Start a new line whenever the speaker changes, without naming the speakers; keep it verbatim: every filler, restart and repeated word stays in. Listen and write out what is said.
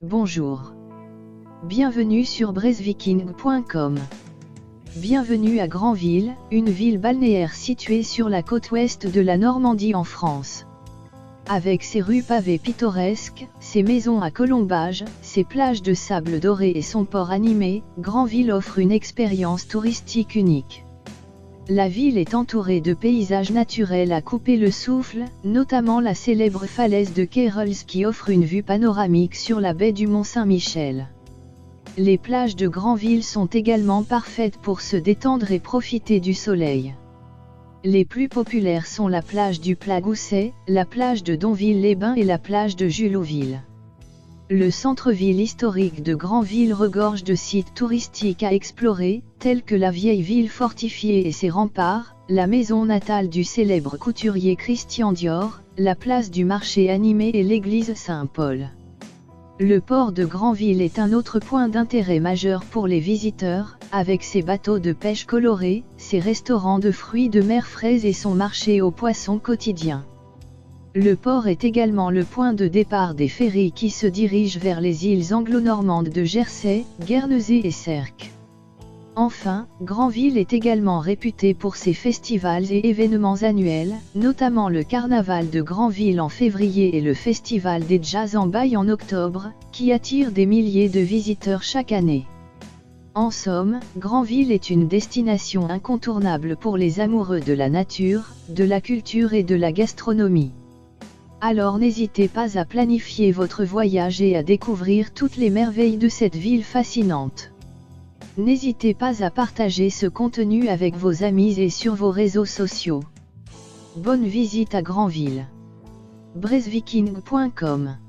Bonjour. Bienvenue sur breezeviking point com. Bienvenue à Granville, une ville balnéaire située sur la côte ouest de la Normandie en France. Avec ses rues pavées pittoresques, ses maisons à colombages, ses plages de sable doré et son port animé, Granville offre une expérience touristique unique. La ville est entourée de paysages naturels à couper le souffle, notamment la célèbre falaise de Kérals qui offre une vue panoramique sur la baie du Mont-Saint-Michel. Les plages de Granville sont également parfaites pour se détendre et profiter du soleil. Les plus populaires sont la plage du Plat-Gousset, la plage de Donville-les-Bains et la plage de Julotville. Le centre-ville historique de Granville regorge de sites touristiques à explorer, tels que la vieille ville fortifiée et ses remparts, la maison natale du célèbre couturier Christian Dior, la place du marché animé et l'église Saint-Paul. Le port de Granville est un autre point d'intérêt majeur pour les visiteurs, avec ses bateaux de pêche colorés, ses restaurants de fruits de mer frais et son marché aux poissons quotidien. Le port est également le point de départ des ferries qui se dirigent vers les îles anglo-normandes de Jersey, Guernesey et Sercq. Enfin, Granville est également réputée pour ses festivals et événements annuels, notamment le Carnaval de Granville en février et le Festival des Jazz en Baille en octobre, qui attirent des milliers de visiteurs chaque année. En somme, Granville est une destination incontournable pour les amoureux de la nature, de la culture et de la gastronomie. Alors n'hésitez pas à planifier votre voyage et à découvrir toutes les merveilles de cette ville fascinante. N'hésitez pas à partager ce contenu avec vos amis et sur vos réseaux sociaux. Bonne visite à Granville. breezeviking point com